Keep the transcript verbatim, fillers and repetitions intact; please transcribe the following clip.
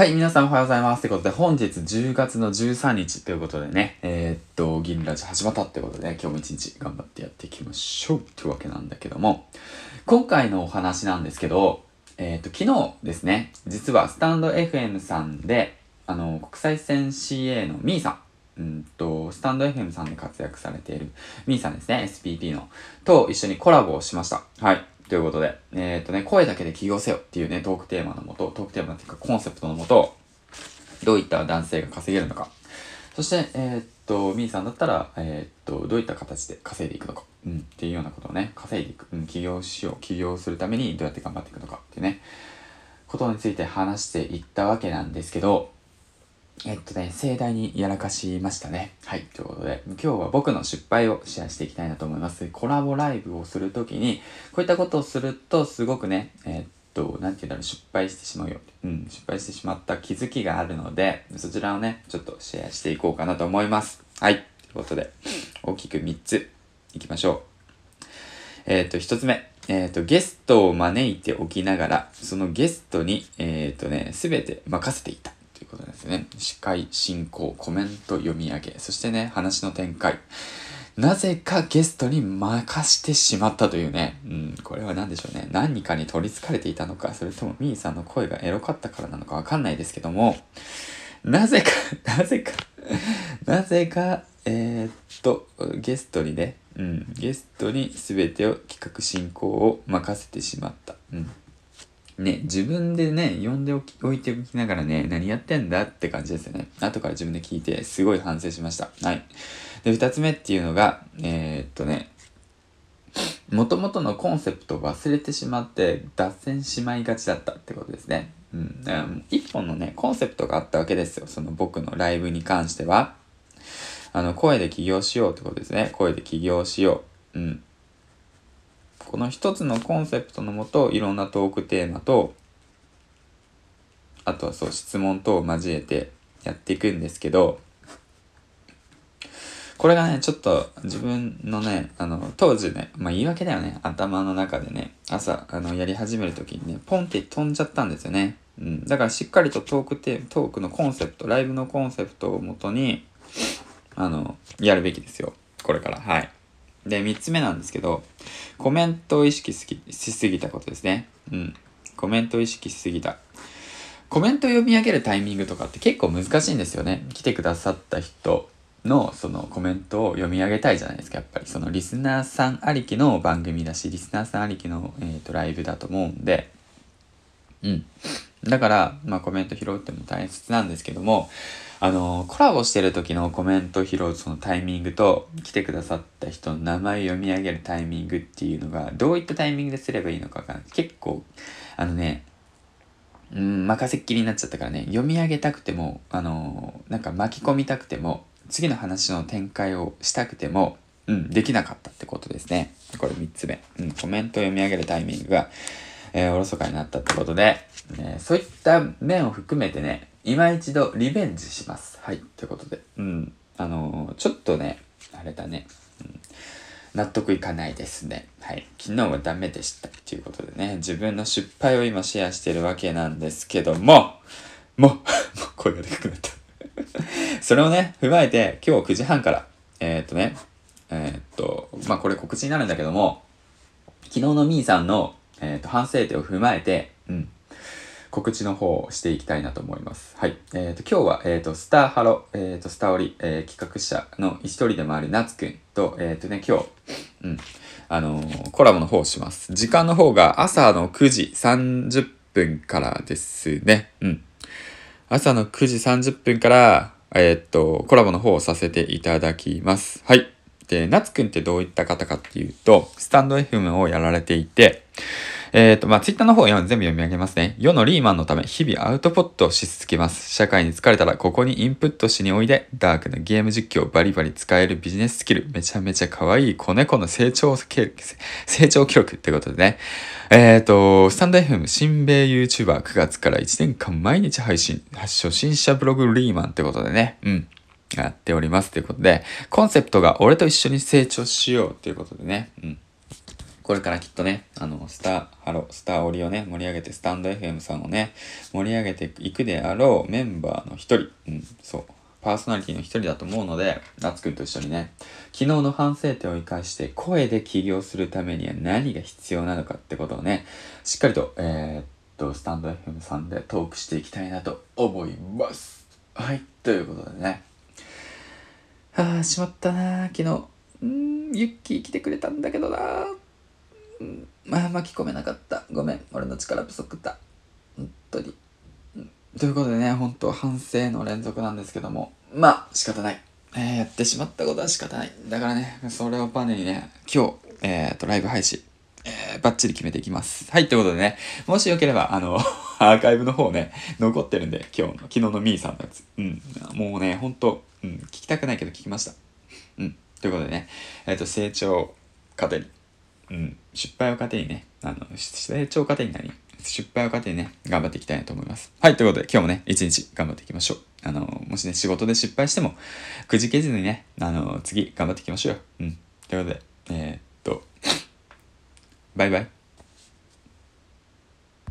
はい、皆さんおはようございます。ということで、本日じゅうがつのじゅうさんにちということでね、えー、っと、銀ラジ始まったってことで、ね、今日も一日頑張ってやっていきましょうというわけなんだけども、今回のお話なんですけど、えー、っと、昨日ですね、実はスタンド エフエム さんで、あの、国際線 シーエー のミーさん、うんと、スタンド エフエム さんで活躍されているミーさんですね、エスピーピー の、と一緒にコラボをしました。はい。ということで、えっとね、声だけで起業せよっていうね、トークテーマのもと、トークテーマっていうかコンセプトのもと、どういった男性が稼げるのか。そして、えー、っと、ミーさんだったら、えー、っと、どういった形で稼いでいくのか。うん、っていうようなことをね、稼いでいく。うん、起業しよう。起業するためにどうやって頑張っていくのかっていうね、ことについて話していったわけなんですけど、えっとね、盛大にやらかしましたね。はい。ということで、今日は僕の失敗をシェアしていきたいなと思います。コラボライブをするときに、こういったことをすると、すごくね、えー、っと、なんていうんだろう、失敗してしまうよ。うん、失敗してしまった気づきがあるので、そちらをね、ちょっとシェアしていこうかなと思います。はい。ということで、大きくみっついきましょう。えー、っと、ひとつめ。えっと、ゲストを招いておきながら、そのゲストに、えっとね、すべて任せていた。ということですね。司会、進行、コメント読み上げ、そしてね、話の展開。なぜかゲストに任してしまったというね。うん、これは何でしょうね。何かに取り憑かれていたのか、それともミーさんの声がエロかったからなのかわかんないですけども、なぜか、なぜか、なぜか、えー、っと、ゲストにね、うん、ゲストに全てを企画進行を任せてしまった。うんね、自分でね、呼んでおき、置いておきながらね、何やってんだって感じですよね。後から自分で聞いて、すごい反省しました。はい。で、二つ目っていうのが、えー、っとね、元々のコンセプトを忘れてしまって、脱線しまいがちだったってことですね。うん。だから一本のね、コンセプトがあったわけですよ。その僕のライブに関しては。あの、声で起業しようってことですね。声で起業しよう。うん。この一つのコンセプトのもと、いろんなトークテーマと、あとはそう質問等を交えてやっていくんですけど、これがね、ちょっと自分のね、あの、当時ね、まあ言い訳だよね、頭の中でね、朝、あの、やり始めるときにね、ポンって飛んじゃったんですよね。うん。だからしっかりとトークテーマ、トークのコンセプト、ライブのコンセプトをもとに、あの、やるべきですよ。これから。はい。で、三つ目なんですけど、コメントを意識しすぎたことですね。うん。コメントを意識しすぎた。コメント読み上げるタイミングとかって結構難しいんですよね。来てくださった人のそのコメントを読み上げたいじゃないですか。やっぱりそのリスナーさんありきの番組だし、リスナーさんありきの、えーと、ライブだと思うんで、うん。だから、まあコメント拾うっても大切なんですけども、あのー、コラボしてる時のコメント拾うそのタイミングと、来てくださった人の名前を読み上げるタイミングっていうのが、どういったタイミングですればいいのかわかんない。結構、あのね、うん、任せっきりになっちゃったからね、読み上げたくても、あのー、なんか巻き込みたくても、次の話の展開をしたくても、うん、できなかったってことですね。これみっつめ。うん、コメントを読み上げるタイミングが、えー、おろそかになったってことで、えー、そういった面を含めてね、今一度リベンジします。はい、ということで。うん、あのー、ちょっとね、あれだね、うん、納得いかないですね。はい。昨日はダメでしたっていうことでね、自分の失敗を今シェアしてるわけなんですけども、もう、もう声がでかくなった。それをね、踏まえて、今日くじはんから、えー、っとね、えー、っと、まあ、これ告知になるんだけども、昨日のみーさんの、えー、っと、反省点を踏まえて、うん、告知の方をしていきたいなと思います。はい。えっ、ー、と、今日は、えっ、ー、と、スターハロ、えっ、ー、と、スターオリ、えー、企画者の一人でもあるナツくんと、えっ、とね、今日、うん、あのー、コラボの方をします。時間の方が朝のくじさんじゅっぷんからですね。うん。朝のくじさんじゅっぷんから、えっ、と、コラボの方をさせていただきます。はい。で、ナツくんってどういった方かっていうと、スタンド エフエム をやられていて、えっ、ー、と、まあ、ツイッターの方を全部読み上げますね。世のリーマンのため、日々アウトプットをし続けます。社会に疲れたら、ここにインプットしにおいで、ダークなゲーム実況をバリバリ使えるビジネススキル、めちゃめちゃ可愛い子猫の成長記録、成長記録ってことでね。えっ、ー、と、スタンド エフエム 新米 YouTuber くがつからいちねんかん毎日配信、初心者ブログリーマンってことでね。うん。やっておりますということで、コンセプトが俺と一緒に成長しようということでね。うん。ここれからきっとね、あの、スター、ハロ、スターオリをね、盛り上げて、スタンド エフエム さんをね、盛り上げていくであろうメンバーの一人、うん、そう、パーソナリティの一人だと思うので、なつくんと一緒にね、昨日の反省点を生かして、声で起業するためには何が必要なのかってことをね、しっかりと、えー、っと、スタンド エフエム さんでトークしていきたいなと思います。はい、ということでね。はあ、しまったな昨日。うーん、ユッキー来てくれたんだけどなうん、まあ巻き込めなかった。ごめん、俺の力不足だ。本当に。うん、ということでね、本当反省の連続なんですけども、まあ仕方ない。えー、やってしまったことは仕方ない。だからね、それをバネにね、今日、えーと、ライブ配信、えー、バッチリ決めていきます。はい、ということでね、もしよければ、あの、アーカイブの方ね、残ってるんで、今日の、昨日のミーさんのやつ。うん、もうね、ほんと、うん、聞きたくないけど聞きました。うん、ということでね、えっ、ー、と、成長糧に、うん、失敗を糧にね、あの、成長糧になり、失敗を糧にね、頑張っていきたいなと思います。はい、ということで、今日もね、一日頑張っていきましょう。あの、もしね、仕事で失敗しても、くじけずにね、あの、次、頑張っていきましょうよ。うん。ということで、えー、っと、バイバイ。